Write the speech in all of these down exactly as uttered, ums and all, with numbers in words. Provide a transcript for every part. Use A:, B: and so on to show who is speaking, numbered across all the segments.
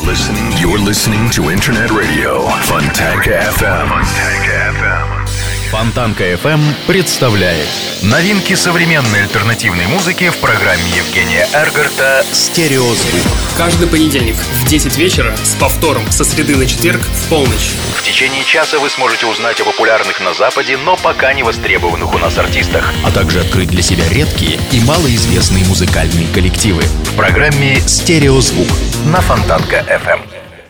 A: listening, you're listening to Internet Radio Fontanka эф эм. Fontanka эф эм.
B: Фонтанка эф эм представляет новинки современной альтернативной музыки в программе Евгения Эргарта «Стереозвук».
C: Каждый понедельник в десять вечера с повтором со среды на четверг в полночь.
B: В течение часа вы сможете узнать о популярных на Западе, но пока не востребованных у нас артистах, а также открыть для себя редкие и малоизвестные музыкальные коллективы в программе «Стереозвук» на Фонтанка эф эм.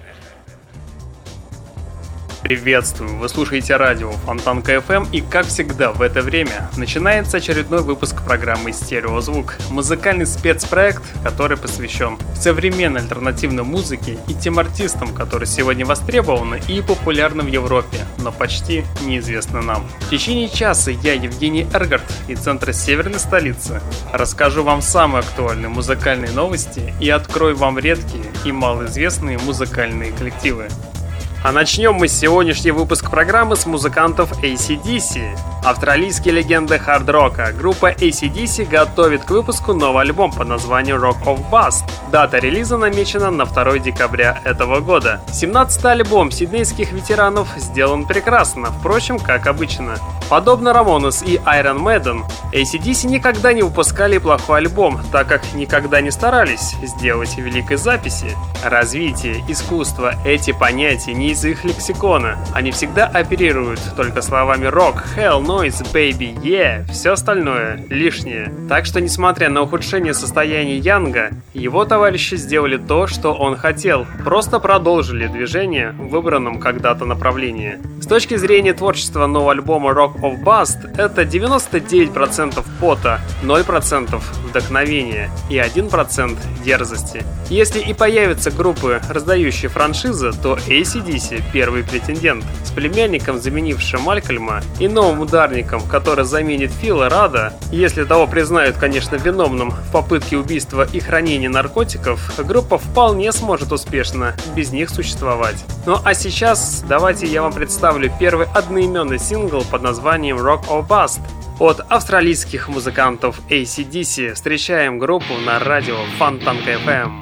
C: Приветствую! Вы слушаете радио Фонтанка эф эм, и, как всегда, в это время начинается очередной выпуск программы «Стереозвук». Музыкальный спецпроект, который посвящен современной альтернативной музыке и тем артистам, которые сегодня востребованы и популярны в Европе, но почти неизвестны нам. В течение часа я, Евгений Эргарт, из центра северной столицы, расскажу вам самые актуальные музыкальные новости и открою вам редкие и малоизвестные музыкальные коллективы. А начнем мы сегодняшний выпуск программы с музыкантов эй си ди си. Австралийские легенды хард-рока. Группа эй си ди си готовит к выпуску новый альбом под названием Rock of Bust. Дата релиза намечена на второе декабря этого года. семнадцатый альбом сиднейских ветеранов сделан прекрасно, впрочем, как обычно. Подобно Ramones и Iron Maiden, эй си ди си никогда не выпускали плохой альбом, так как никогда не старались сделать великой записи. Развитие, искусство — эти понятия не из их лексикона. Они всегда оперируют только словами rock, hell, noise, baby, yeah, все остальное лишнее. Так что, несмотря на ухудшение состояния Янга, его товарищи сделали то, что он хотел, просто продолжили движение в выбранном когда-то направлении. С точки зрения творчества нового альбома Rock of Bust, это девяносто девять процентов пота, ноль процентов вдохновения и один процент дерзости. Если и появятся группы, раздающие франшизы, то эй си ди си первый претендент. С племянником, заменившим Малькольма, и новым ударником, который заменит Фила Рада, если того признают, конечно, виновным в попытке убийства и хранения наркотиков, группа вполне сможет успешно без них существовать. Ну а сейчас давайте я вам представлю первый одноименный сингл под названием Rock of Bust. От австралийских музыкантов эй си ди си встречаем группу на радио Фонтанка эф эм.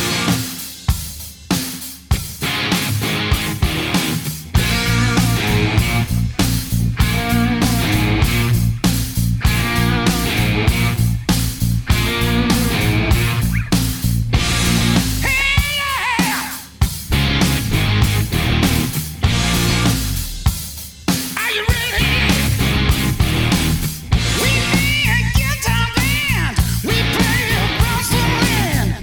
D: We play across the land.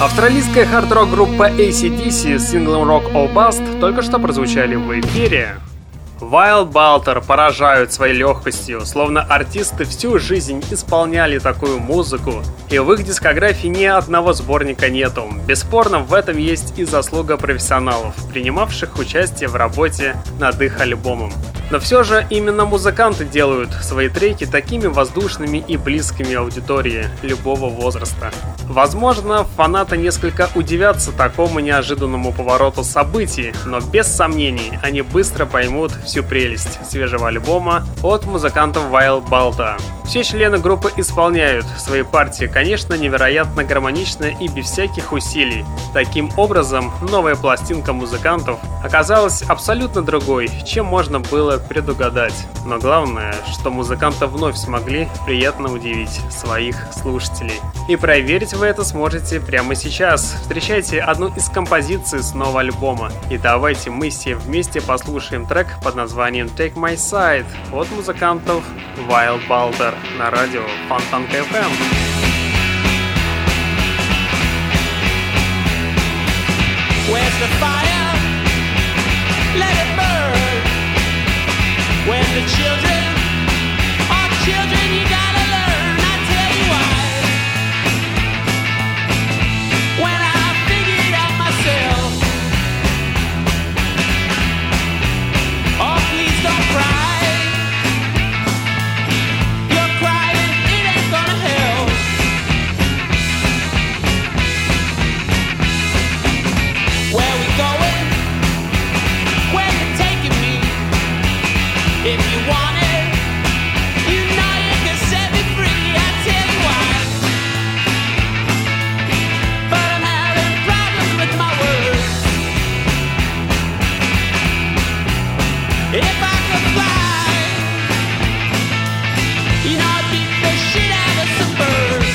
C: Австралийская хард-рок группа эй си ди си с синглом Rock or Bust только что прозвучали в эфире. Wild Baltar поражают своей легкостью, словно артисты всю жизнь исполняли такую музыку, и в их дискографии ни одного сборника нету. Бесспорно, в этом есть и заслуга профессионалов, принимавших участие в работе над их альбомом. Но все же именно музыканты делают свои треки такими воздушными и близкими аудитории любого возраста. Возможно, фанаты несколько удивятся такому неожиданному повороту событий, но без сомнений они быстро поймут всю прелесть свежего альбома от музыкантов Wild Baltar. Все члены группы исполняют свои партии, конечно, невероятно гармонично и без всяких усилий. Таким образом, новая пластинка музыкантов оказалась абсолютно другой, чем можно было предугадать. Но главное, что музыканты вновь смогли приятно удивить своих слушателей. И проверить вы это сможете прямо сейчас. Встречайте одну из композиций с нового альбома. И давайте мы все вместе послушаем трек под названием Take My Side от музыкантов Wild Baltar на радио Фонтанка эф эм.
E: Where's the fire? Let it burn. When the children are children, you gotta learn. I tell you why. When I figured out myself, oh please don't cry. You're crying, it ain't gonna help. Where we going? Where you taking me? If you want it, you know you can set me free. I tell you why. But I'm having problems with my words. If I could fly, you know I'd beat the shit out of some birds.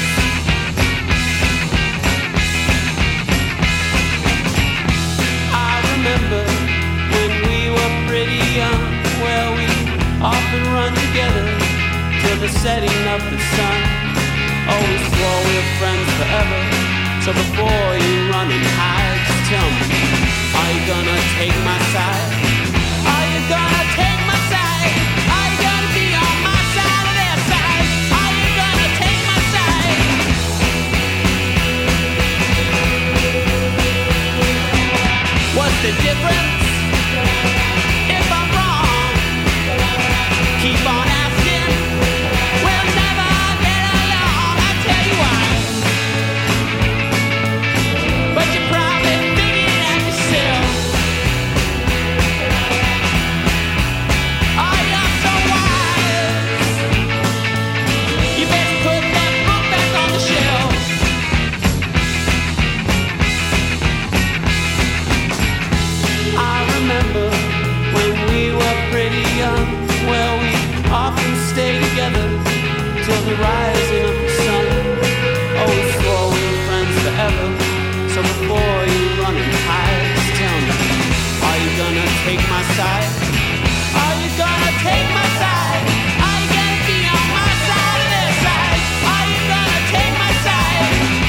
E: I remember when we were pretty young. Well, we often run together till the setting of the sun. Oh, we swore we were friends forever. So before you run and hide, just tell me, are you gonna take my side? Are you gonna take my side? Are you gonna be on my side or their side? Are you gonna take my side? What's the difference? If I'm wrong, keep on asking. We'll never get along. I tell you why. But you probably figured it out yourself. Oh, you're so wise. You best put that book back on the shelf. I remember when we were pretty young. Well, we often stay together till the rising of the sun. Oh, we swore we were friends forever. So before you run and hide, just tell me, are you gonna take my side? Are you gonna take my side? Are you gonna be on my side or their side? Are you gonna take my side?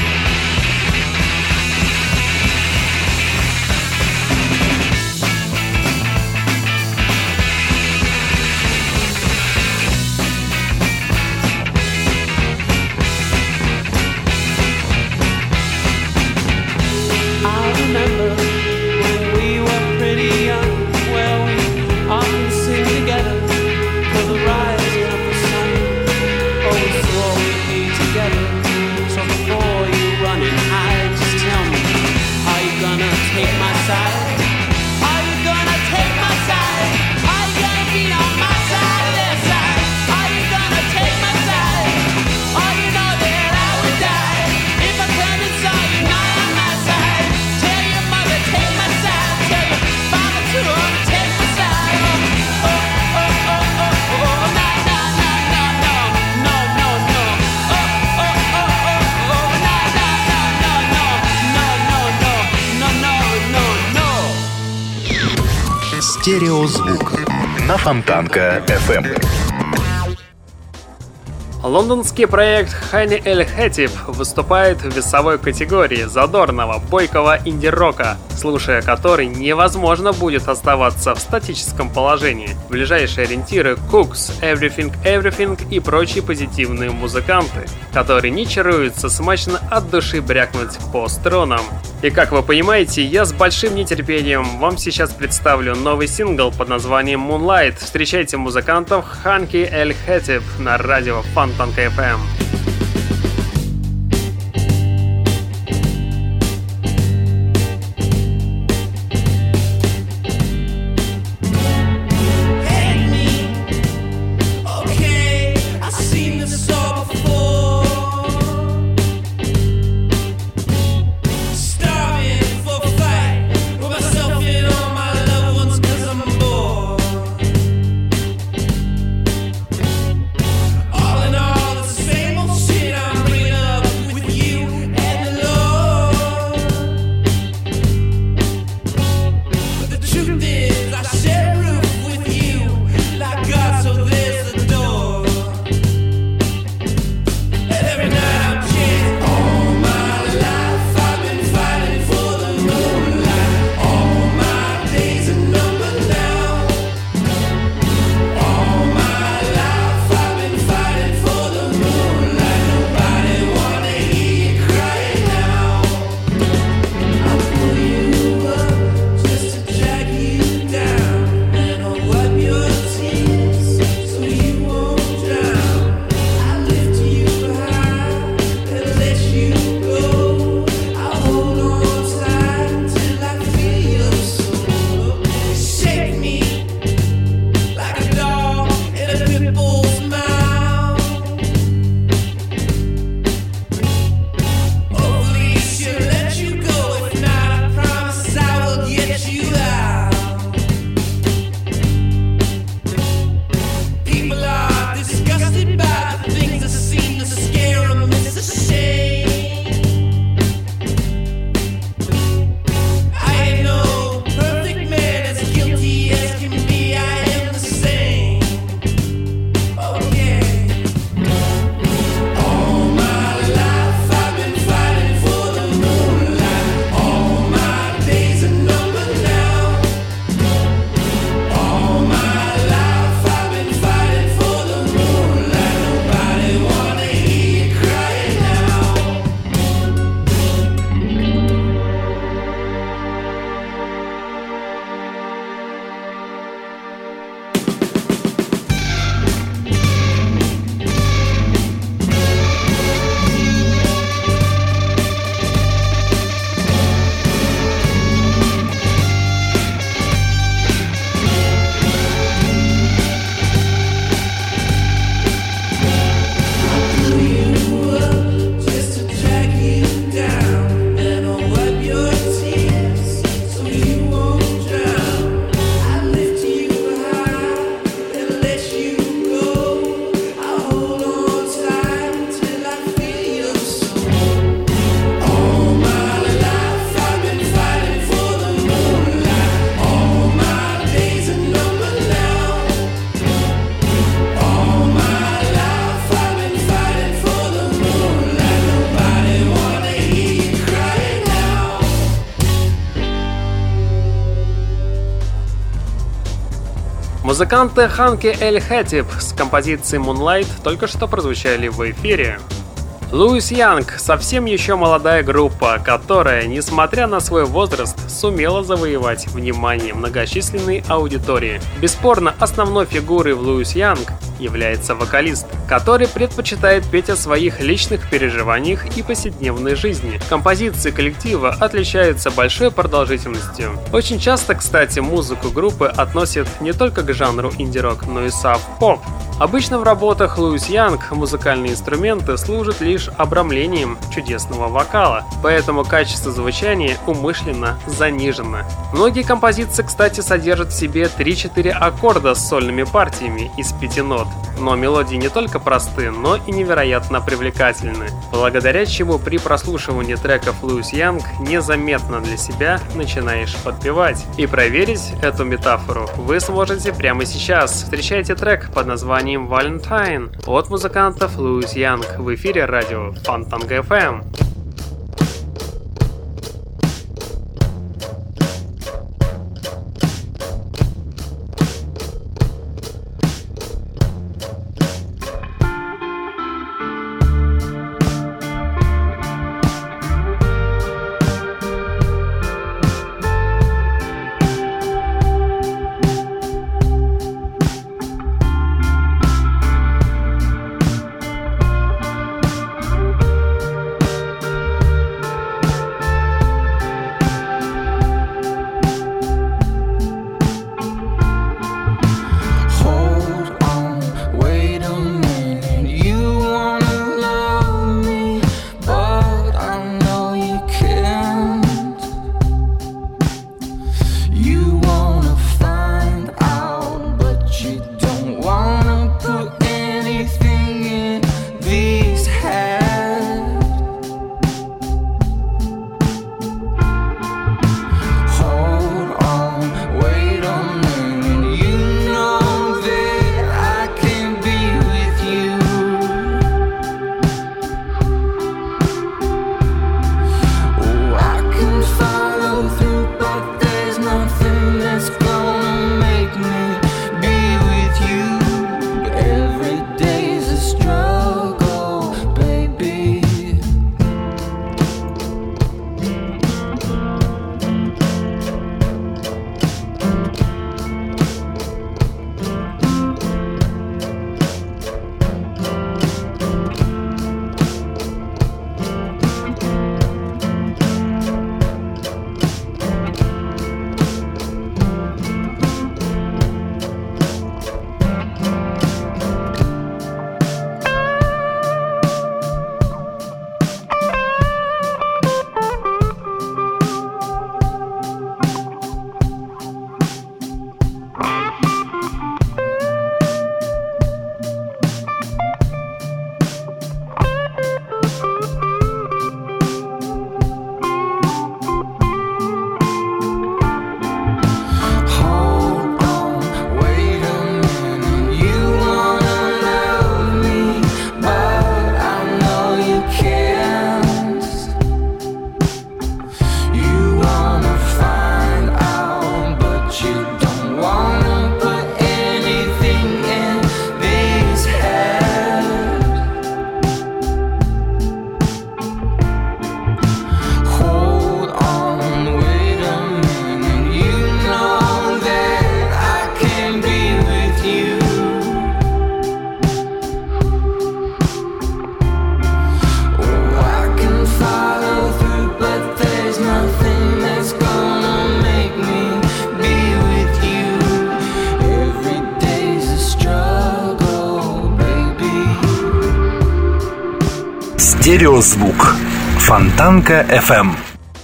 E: I remember when we were pretty young. Well, we often sing together till the rising of the sun. Oh, we swore we'd be together. So before you run and hide, just tell me, are you gonna take my side? Are you gonna take my side? Are you gonna be on my side or their side? Are you gonna take my side? Oh, you know that I would die if I turned and saw you not on my side. Tell your mother, take my side. Tell your father too, take my side. Oh, oh, oh, oh, oh, oh, no, no, no, no, no, no, no, no. Oh, oh, oh, oh, oh, no, no, no, no, no, no, no, no, no, no, no.
B: Стереозвук на Фонтанка эф эм.
C: Лондонский проект Hani El Khatib выступает в весовой категории задорного, бойкого инди-рока, слушая который невозможно будет оставаться в статическом положении. Ближайшие ориентиры — Cooks, Everything Everything и прочие позитивные музыканты, которые не чаруются смачно от души брякнуть по струнам. И как вы понимаете, я с большим нетерпением вам сейчас представлю новый сингл под названием Moonlight. Встречайте музыкантов Hani El Khatib на радио Фонтанка эф эм. Музыканты Hani El Khatib с композицией Moonlight только что прозвучали в эфире. Луис Янг — совсем еще молодая группа, которая, несмотря на свой возраст, сумела завоевать внимание многочисленной аудитории. Бесспорно, основной фигурой в Луис Янг является вокалист, который предпочитает петь о своих личных переживаниях и повседневной жизни. Композиции коллектива отличаются большой продолжительностью. Очень часто, кстати, музыку группы относят не только к жанру инди-рок, но и сафт-поп. Обычно в работах Луис Янг музыкальные инструменты служат лишь обрамлением чудесного вокала, поэтому качество звучания умышленно занижено. Многие композиции, кстати, содержат в себе три-четыре аккорда с сольными партиями из пяти нот. но мелодии не только просты, но и невероятно привлекательны, благодаря чему при прослушивании треков Луис Янг незаметно для себя начинаешь подпевать. И проверить эту метафору вы сможете прямо сейчас. Встречайте трек под названием «Valentine» от музыкантов Луис Янг в эфире радио Фонтанка эф эм.
A: Стереозвук. Фонтанка эф эм.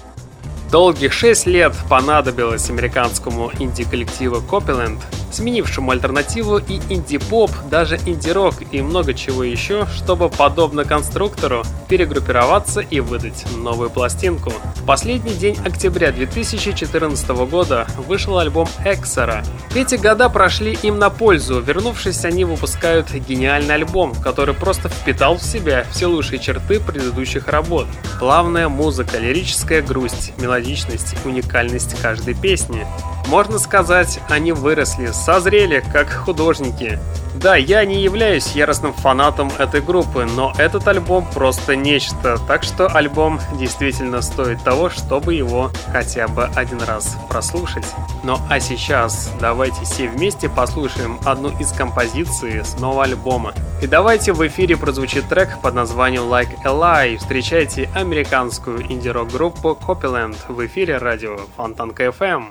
C: Долгих шесть лет понадобилось американскому инди-коллективу Copeland, сменившему альтернативу и инди-поп, даже инди-рок и много чего еще, чтобы, подобно конструктору, перегруппироваться и выдать новую пластинку. В последний день октября две тысячи четырнадцатого года вышел альбом Эксера. Эти года прошли им на пользу. Вернувшись, они выпускают гениальный альбом, который просто впитал в себя все лучшие черты предыдущих работ. Плавная музыка, лирическая грусть, мелодичность, уникальность каждой песни. Можно сказать, они выросли, созрели как художники. Да, я не являюсь яростным фанатом этой группы, но этот альбом просто нечто, так что альбом действительно стоит того, чтобы его хотя бы один раз прослушать. Ну а сейчас давайте все вместе послушаем одну из композиций с нового альбома. И давайте в эфире прозвучит трек под названием Like a Lie. Встречайте американскую инди-рок группу Copeland в эфире радио Фонтанка эф эм.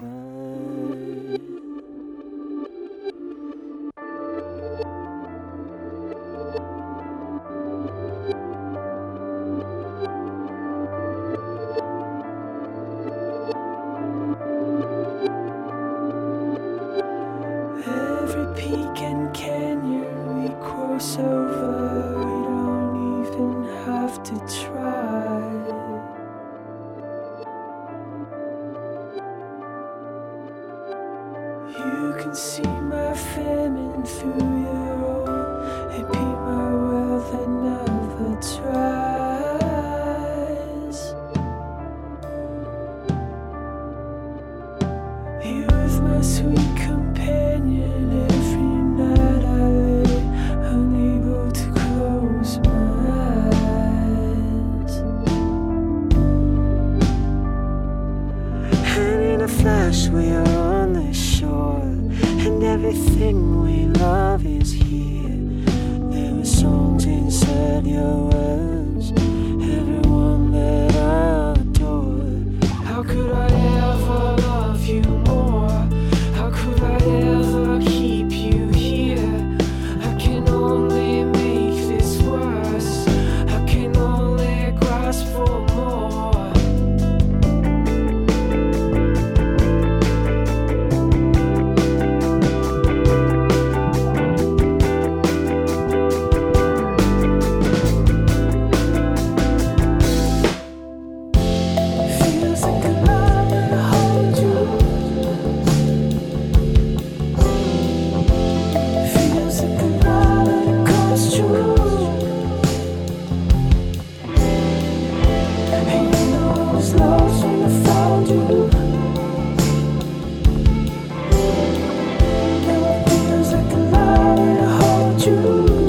E: Every peak and canyon we cross. even have to try. You can see my famine through your own, and be my world that never tries. You're my sweet companion. Every night I lay unable to close my eyes, and in a flash we are on the shore, and everything we love is here. There are songs inside your words, everyone that I adore. How could I ever love you more? How could I ever keep you here? I can only make this worse. I can only grasp for more. Feels like a love that holds you. Feels like a love that comes true. And you know I was lost when I found you. Now it feels like a love that holds you.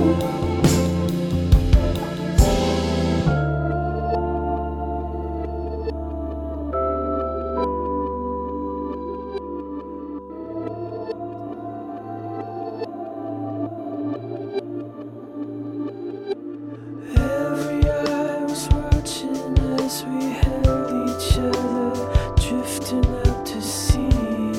E: Every eye was watching as we held each other, drifting out to sea.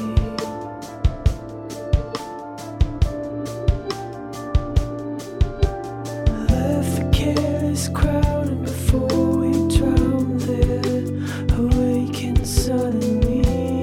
E: Left the careless crowd, and before we drowned there, awakened suddenly.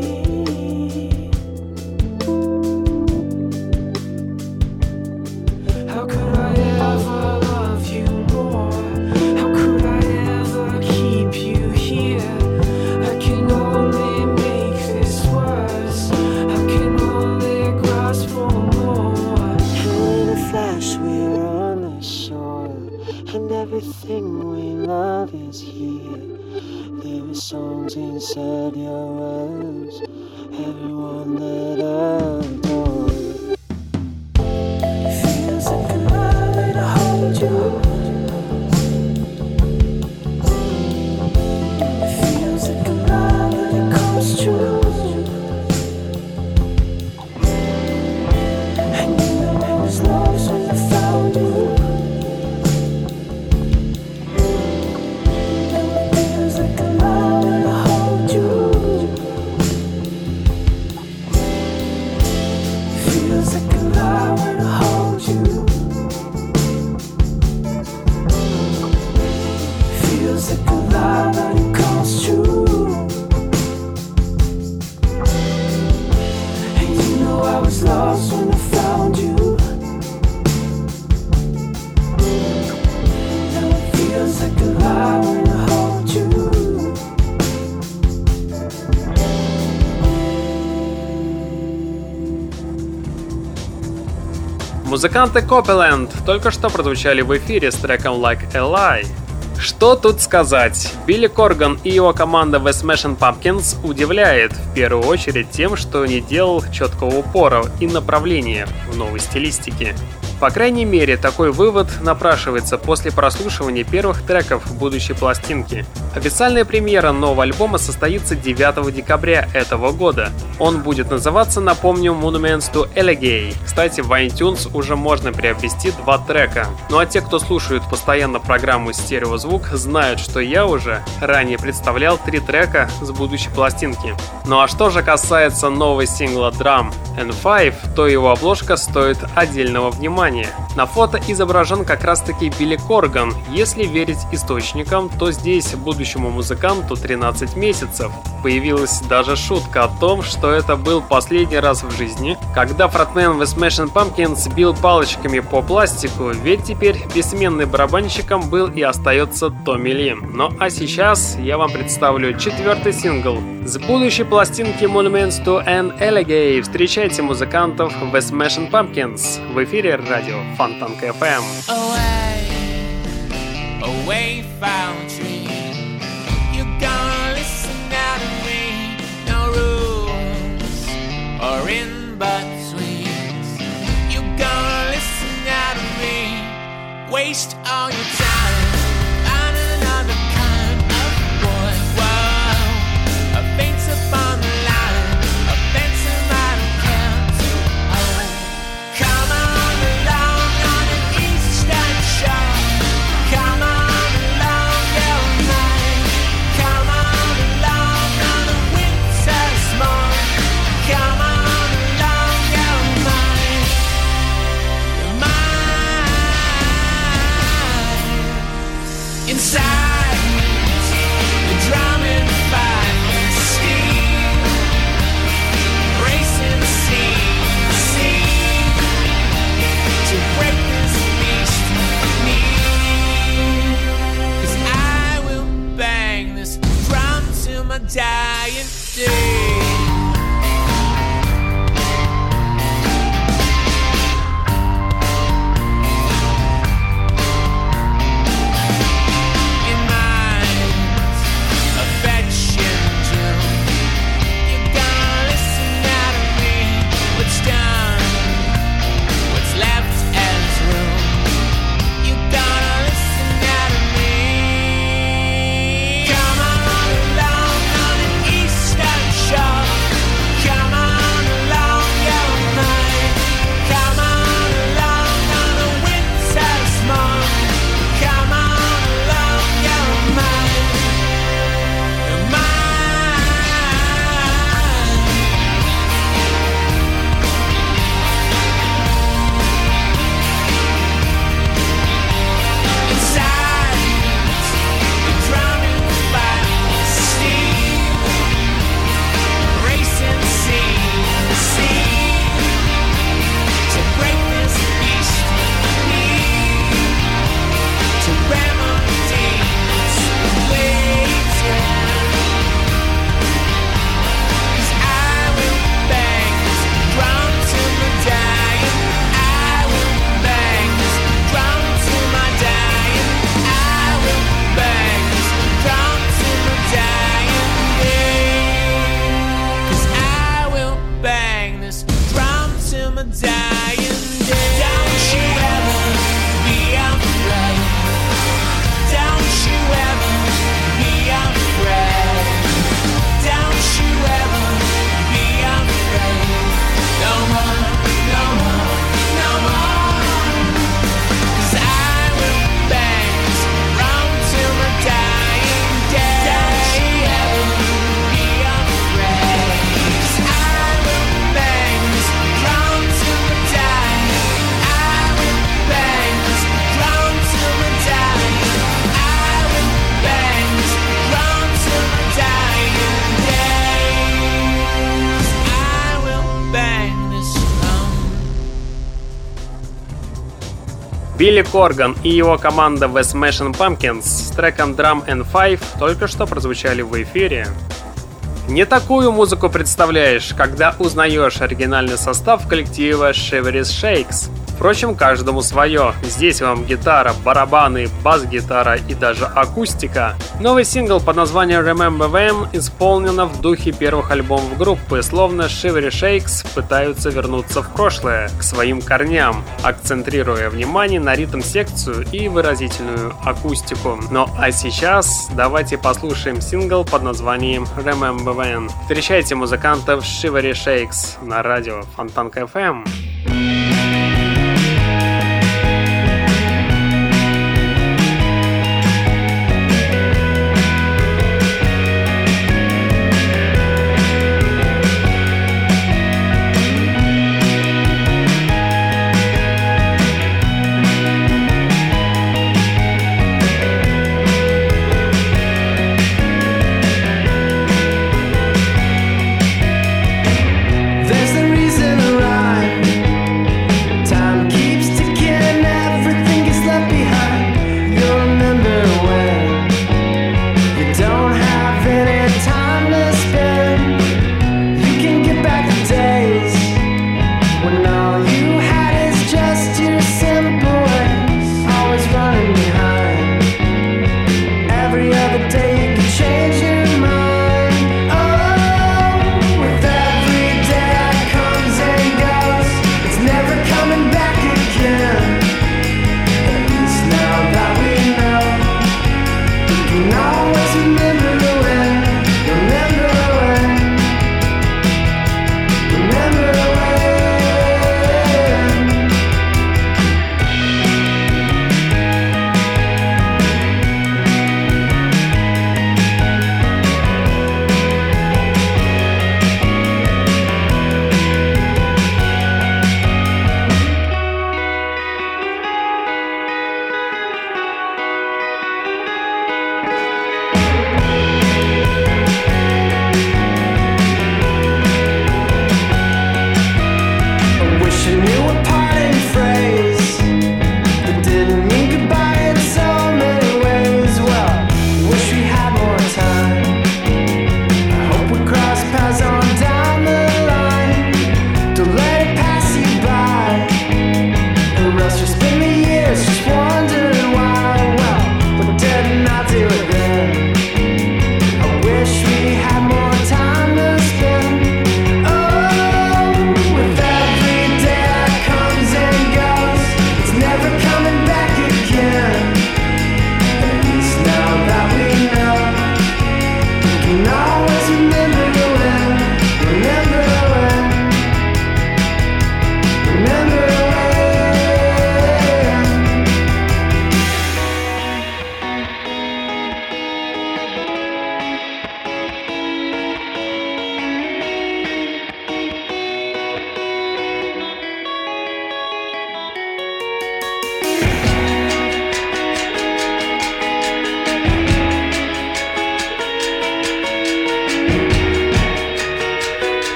E: How could I ever love you more? How could I ever keep you here? I can only make this worse. I can only grasp for more. And in a flash we're on the shore, and everything we love is here. There are songs inside your words, everyone that I adore. Feels like a love that holds you. Feels like a love that comes true. And you know I was lost when I found you. Now it feels like a love that holds you. Feels like a love that holds you. Feels like a love that comes true. And you know I was lost when I found you. Now it feels like a love that holds you.
C: Музыканты Copeland только что прозвучали в эфире с треком Like a Lie. Что тут сказать? Билли Корган и его команда The Smashing Pumpkins удивляет в первую очередь тем, что не делал четкого упора и направления в новой стилистике. По крайней мере, такой вывод напрашивается после прослушивания первых треков будущей пластинки. Официальная премьера нового альбома состоится девятого декабря этого года. Он будет называться, напомню, Monuments to Allegay. Кстати, в iTunes уже можно приобрести два трека. Ну а те, кто слушает постоянно программу «Стереозвук», знают, что я уже ранее представлял три трека с будущей пластинки. Ну а что же касается нового сингла Drum and Five, то его обложка стоит отдельного внимания. внимание. На фото изображен как раз-таки Билли Корган. Если верить источникам, то здесь будущему музыканту тринадцать месяцев. Появилась даже шутка о том, что это был последний раз в жизни, когда фронтмен The Smashing Pumpkins бил палочками по пластику, ведь теперь бессменным барабанщиком был и остается Томми Ли. Ну а сейчас я вам представлю четвертый сингл с будущей пластинки Monuments to an Alligator. Встречайте музыкантов The Smashing Pumpkins в эфире радио Фонтанка эф эм.
E: Away, away found tree. You gonna listen now to me. No rules or in betweens. You gonna listen now to me. Waste all your time on another kind of boy. Whoa, a faint's upon the line, a phantom I don't care to own. Come on along on an eastern shore. Come on along, you're mine. Come on along on a winter's morn. Come on along, you're mine. You're mine. Inside the drumming fire, steam, racing sea, sea, to break this beast with me. 'Cause I will bang this drum till my dying day. In minds, affection too. You gotta listen now to me. What's done, what's left as room. You gotta listen now to me. Come on along on an eastern shore. Come on along, you're mine. Come on along on a winter's morn. Come on along, you're mine. You're mine. Inside the drumming fire, steam, racing sea, sea, to break this beast with me, to remedy its waiting. 'Cause I will bang this drum till my dying. I will bang this drum till my dying. I will bang this drum till my dying day. 'Cause I will bang this drum till my dying day. Don't you ever be afraid. Don't you ever be afraid. Don't you ever be afraid. No more, no more, no more. 'Cause I will bang this drum till my dying day. Don't you ever be afraid. 'Cause I will bang this drum till my dying. I will bang this drum till my dying. I will bang this drum till my dying day. 'Cause I will bang this drum.
C: Билли Корган и его команда The Smashing Pumpkins с треком Drum and Five только что прозвучали в эфире. Не такую музыку представляешь, когда узнаешь оригинальный состав коллектива Shivery Shakes. Впрочем, каждому свое. Здесь вам гитара, барабаны, бас-гитара и даже акустика. Новый сингл под названием Remember When исполнено в духе первых альбомов группы, словно Shivery Shakes пытаются вернуться в прошлое, к своим корням, акцентрируя внимание на ритм-секцию и выразительную акустику. Ну а сейчас давайте послушаем сингл под названием Remember When. Встречайте музыкантов Shivery Shakes на радио Фонтанка эф эм.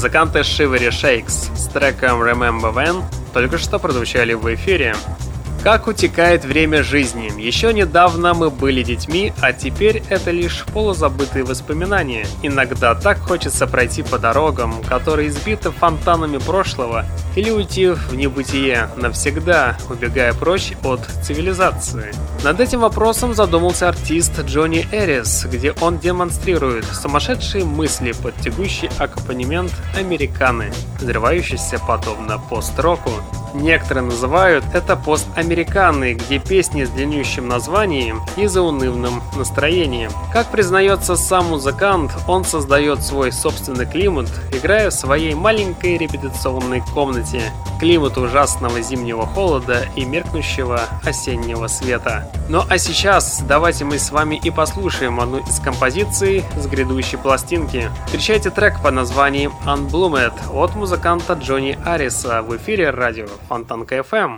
C: Музыканты Shivery Shakes с треком Remember When только что прозвучали в эфире. Как утекает время жизни. Еще недавно мы были детьми, а теперь это лишь полузабытые воспоминания. Иногда так хочется пройти по дорогам, которые избиты фонтанами прошлого, или уйти в небытие навсегда, убегая прочь от цивилизации. Над этим вопросом задумался артист Джонни Эрис, где он демонстрирует сумасшедшие мысли под тягущий аккомпанемент американы, взрывающийся подобно пост-року. Некоторые называют это пост-американы, где песни с длиннющим названием и заунывным настроением. Как признается сам музыкант, он создает свой собственный климат, играя в своей маленькой репетиционной комнате. Климат ужасного зимнего холода и меркнущего осеннего света. Ну а сейчас давайте мы с вами и послушаем одну из композиций с грядущей пластинки. Встречайте трек под названием Unbloomed от музыканта Джонни Ариса в эфире радио Фонтанка эф эм.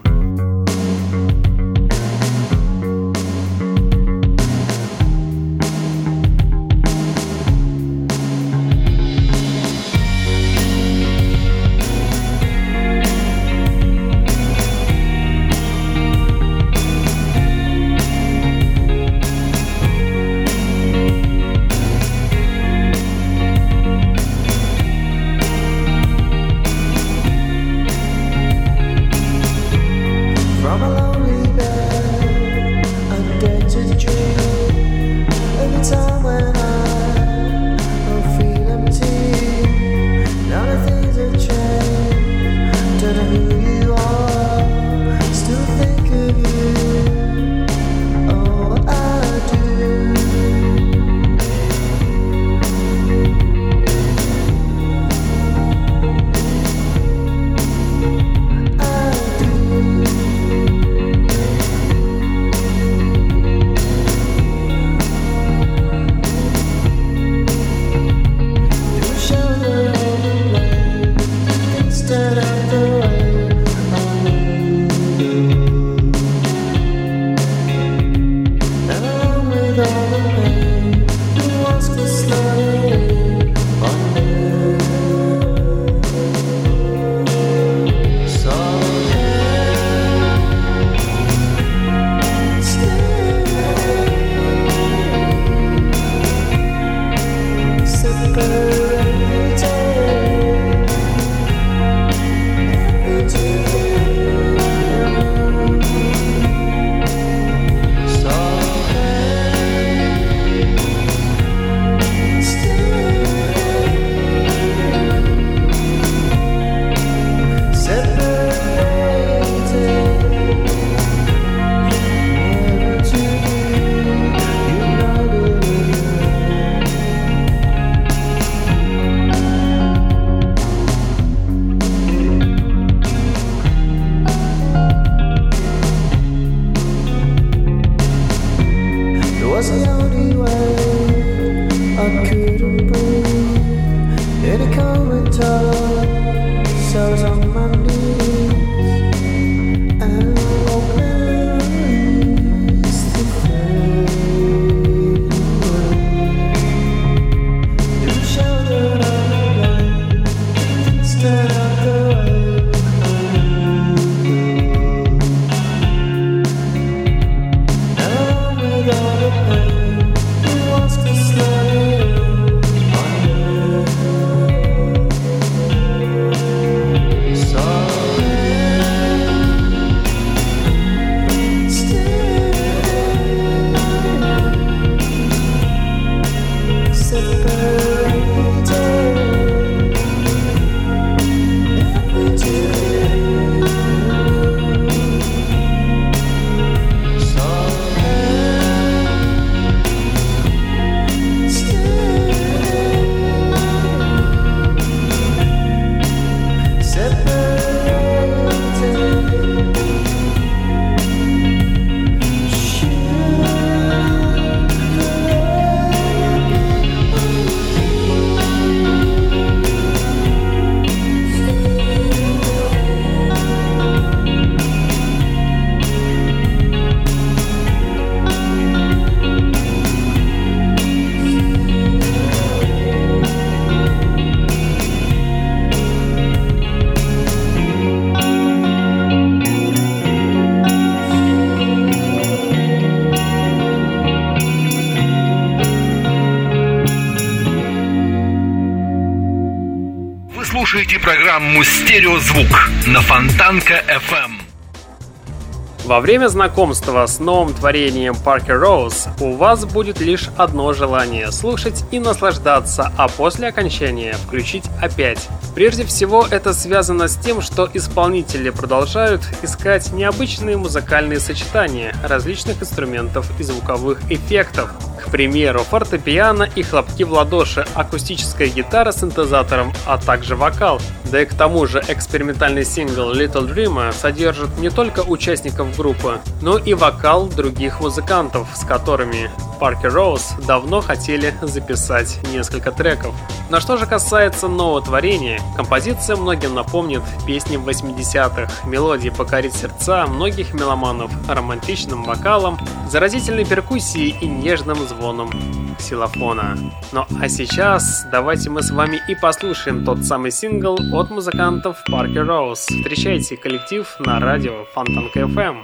A: слушаете программу «Стереозвук» на Фонтанка-эф эм.
C: Во время знакомства с новым творением Parker Rose у вас будет лишь одно желание — слушать и наслаждаться, а после окончания включить опять. Прежде всего, это связано с тем, что исполнители продолжают искать необычные музыкальные сочетания различных инструментов и звуковых эффектов. К примеру, фортепиано и хлопки в ладоши, акустическая гитара с синтезатором, а также вокал. Да и к тому же экспериментальный сингл Little Dreamer содержит не только участников группы, но и вокал других музыкантов, с которыми Parker Rose давно хотели записать несколько треков. Но что же касается нового творения, композиция многим напомнит песни восьмидесятых. Мелодия покорит сердца многих меломанов романтичным вокалом, заразительной перкуссией и нежным звоном ксилофона. Ну а сейчас давайте мы с вами и послушаем тот самый сингл от музыкантов Parker Rose. Встречайте коллектив на радио Фонтанка-эф эм.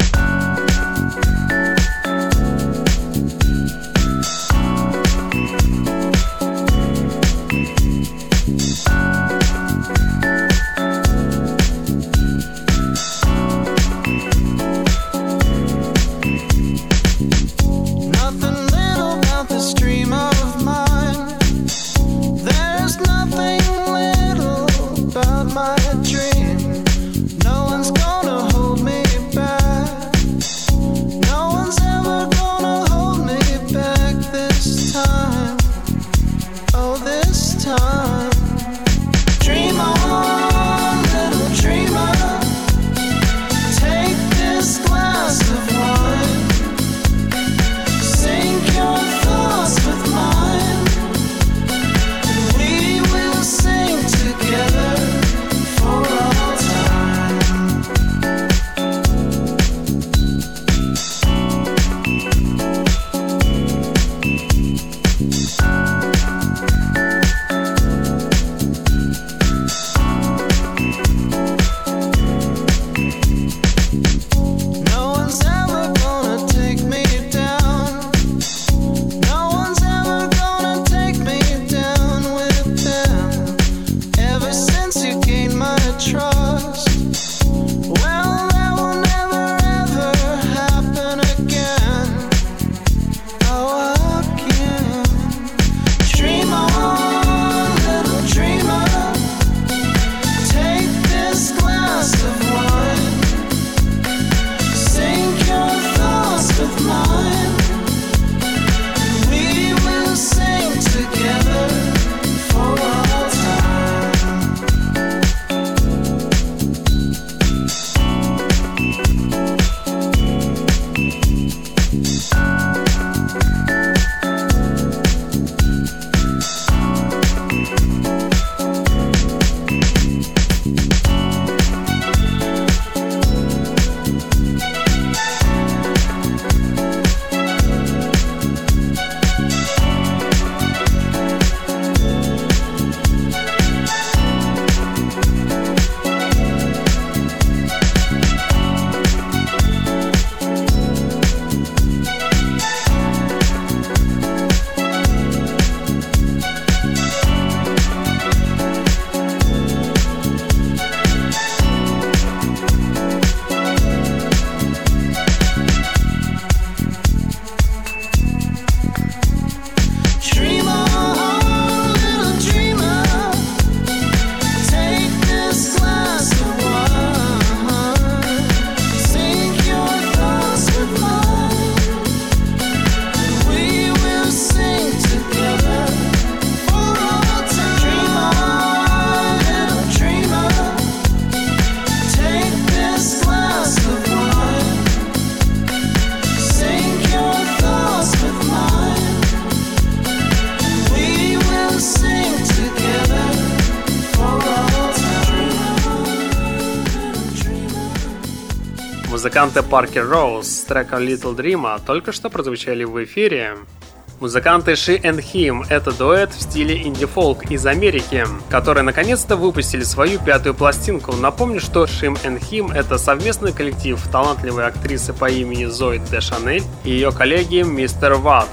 C: Музыканты Parker Rose с треком Little Dreamer только что прозвучали в эфире. Музыканты She and Him — это дуэт в стиле инди-фолк из Америки, которые наконец-то выпустили свою пятую пластинку. Напомню, что She and Him — это совместный коллектив талантливой актрисы по имени Зои Де Шанель и ее коллеги мистер Ватт.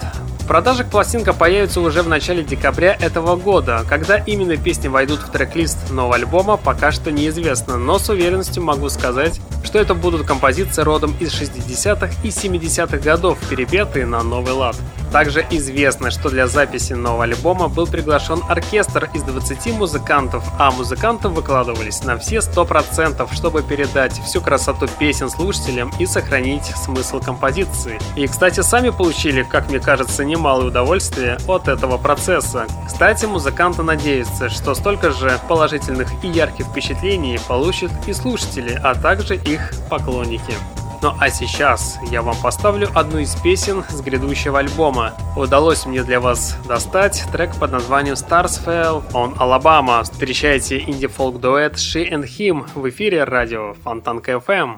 C: В продажах пластинка появится уже в начале декабря этого года. Когда именно песни войдут в трек-лист нового альбома, пока что неизвестно, но с уверенностью могу сказать, что это будут композиции родом из шестидесятых и семидесятых годов, перепетые на новый лад. Также известно, что для записи нового альбома был приглашен оркестр из двадцати музыкантов, а музыканты выкладывались на все сто процентов, чтобы передать всю красоту песен слушателям и сохранить смысл композиции. И, кстати, сами получили, как мне кажется, немалое удовольствие от этого процесса. Кстати, музыканты надеются, что столько же положительных и ярких впечатлений получат и слушатели, а также их поклонники. Ну а сейчас я вам поставлю одну из песен с грядущего альбома. Удалось мне для вас достать трек под названием Stars Fell on Alabama. Встречайте инди-фолк-дуэт She and Him в эфире радио Фонтанка эф эм.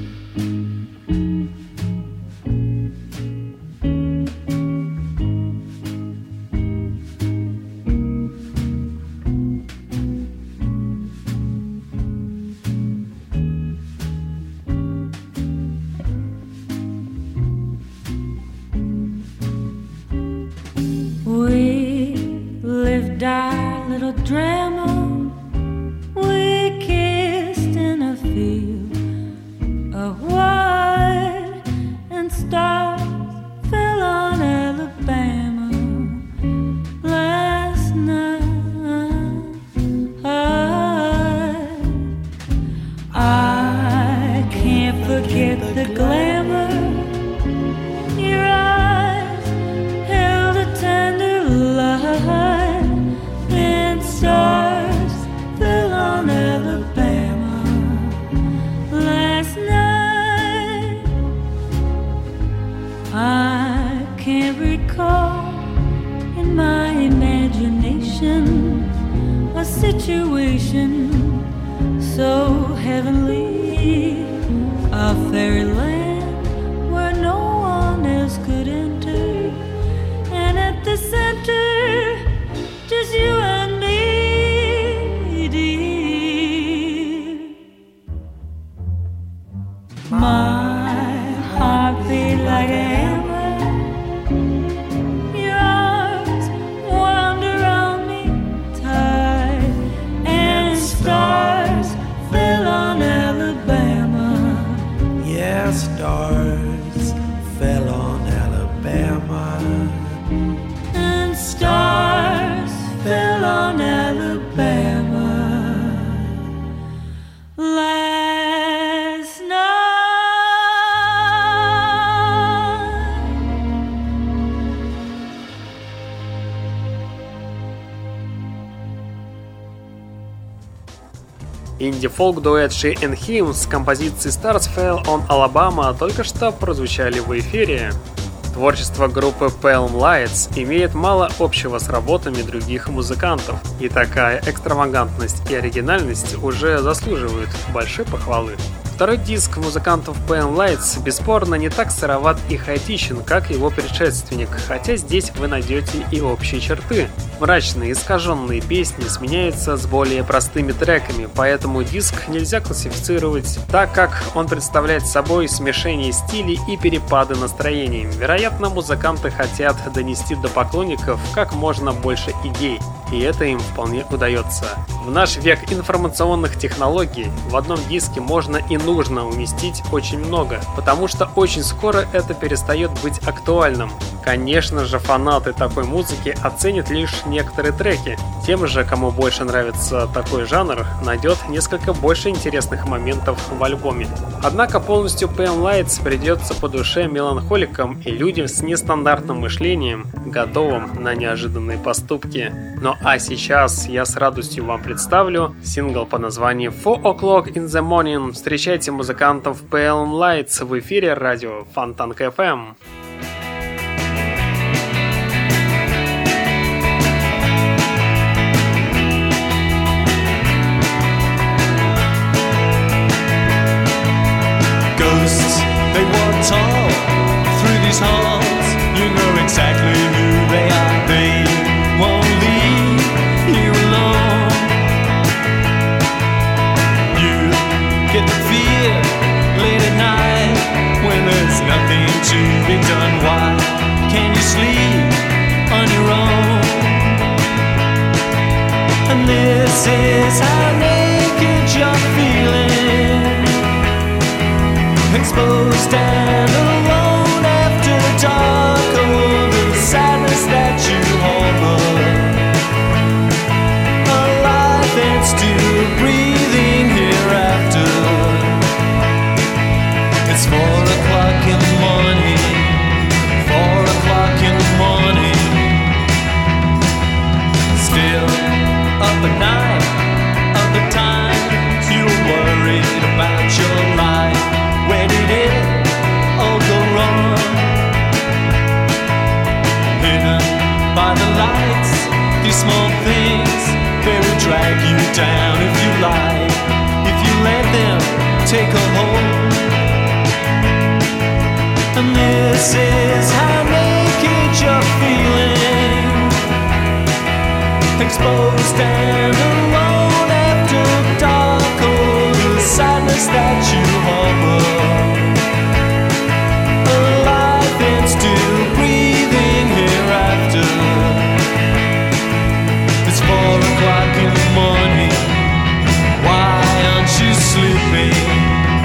F: Our little drama, we kissed in a field of white, and stars fell on Alabama last night. I can't forget the glamour. Your eyes held a tender light. Stars fell on Alabama last night. I can't recall in my imagination a situation so heavenly, a fairyland where no one else could enter, and at the center just you and me. My heart beat like a hammer. Your arms wound around me tight, and stars fell on Alabama.
G: Yeah, stars fell on Alabama.
F: And stars fell on Alabama last night.
C: Инди-фолк-дуэт She and Him с композицией Stars Fell on Alabama только что прозвучали в эфире. Творчество группы Palm Lights имеет мало общего с работами других музыкантов, и такая экстравагантность и оригинальность уже заслуживают большой похвалы. Второй диск музыкантов Palm Lights бесспорно не так сыроват и хаотичен, как его предшественник, хотя здесь вы найдете и общие черты. Мрачные, искаженные песни сменяются с более простыми треками, поэтому диск нельзя классифицировать, так как он представляет собой смешение стилей и перепады настроений. Вероятно, музыканты хотят донести до поклонников как можно больше идей, и это им вполне удается. В наш век информационных технологий в одном диске можно и нужно уместить очень много, потому что очень скоро это перестает быть актуальным. Конечно же, фанаты такой музыки оценят лишь некоторые треки. Тем же, кому больше нравится такой жанр, найдет несколько больше интересных моментов в альбоме. Однако полностью Palm Lights придется по душе меланхоликам и людям с нестандартным мышлением, готовым на неожиданные поступки. Ну а сейчас я с радостью вам представлю сингл под названием four o'clock in the morning. Встречайте музыкантов Palm Lights в эфире радио Фонтанка эф эм.
H: Ghosts, they walk tall through these halls. You know exactly who they are. They won't leave you alone. You get the fear late at night when there's nothing to be done. This is how naked you're feeling, exposed and alone after dark. Oh, the sadness that you harbor, alive and still breathing hereafter. It's four o'clock in the morning, four o'clock in the morning. Still up at night, other times you're worried about your life. Where did it all go wrong? Hidden by the lights, these small things, they will drag you down if you lie, if you let them take a hold. And this is how naked you're feeling, exposed and alone after dark. Oh, the sadness that you harbor, alive and still breathing hereafter. It's four o'clock in the morning, why aren't you sleeping?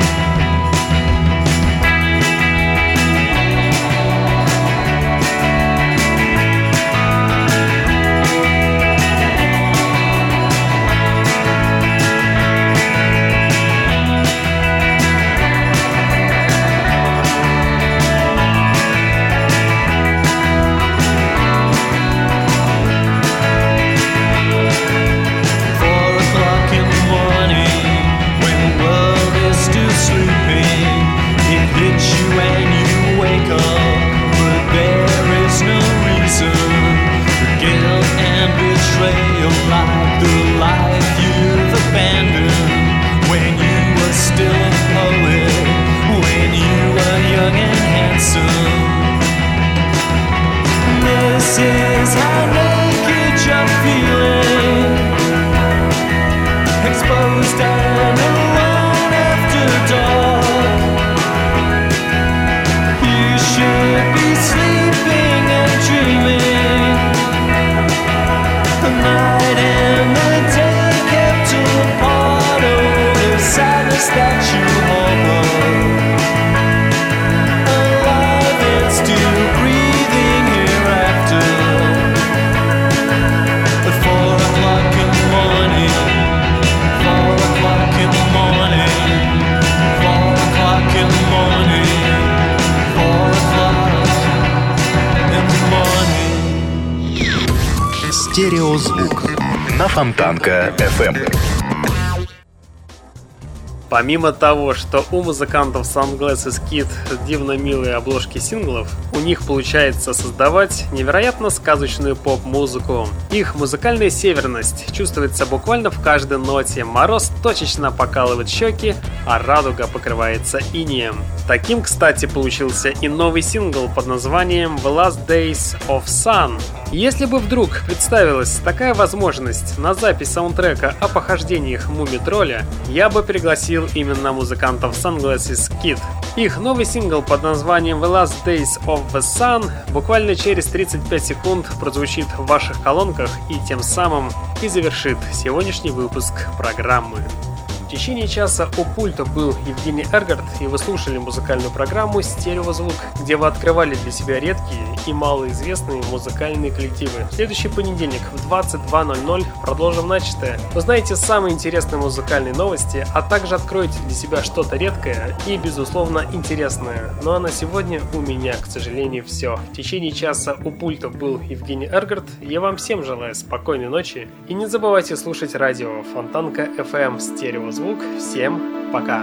B: Стереозвук на Фонтанка эф эм.
C: Помимо того, что у музыкантов Sunglasses Kid дивно милые обложки синглов, у них получается создавать невероятно сказочную поп-музыку. Их музыкальная северность чувствуется буквально в каждой ноте, мороз точечно покалывает щеки, а радуга покрывается инеем. Таким, кстати, получился и новый сингл под названием The Last Days of Sun. Если бы вдруг представилась такая возможность на запись саундтрека о похождениях Муми-тролля, я бы пригласил именно музыкантов Sunglasses Kid. Их новый сингл под названием The Last Days of the Sun буквально через тридцать пять секунд прозвучит в ваших колонках и тем самым и завершит сегодняшний выпуск программы. В течение часа у пульта был Евгений Эргард, и вы слушали музыкальную программу «Стереозвук», где вы открывали для себя редкие и малоизвестные музыкальные коллективы. В следующий понедельник в двадцать два ноль ноль продолжим начатое. Узнаете самые интересные музыкальные новости, а также откроете для себя что-то редкое и, безусловно, интересное. Ну а на сегодня у меня, к сожалению, все. В течение часа у пульта был Евгений Эргард. Я вам всем желаю спокойной ночи и не забывайте слушать радио Фонтанка эф эм «Стереозвук». Всем пока!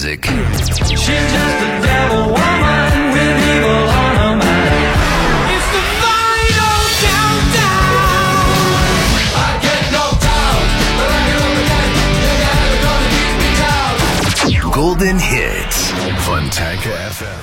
A: music.
E: She's just a devil woman with evil on her mind. It's the final countdown. I get no doubt, but I know that you're never gonna keep me down.
A: Golden Hits. Fontanka F M.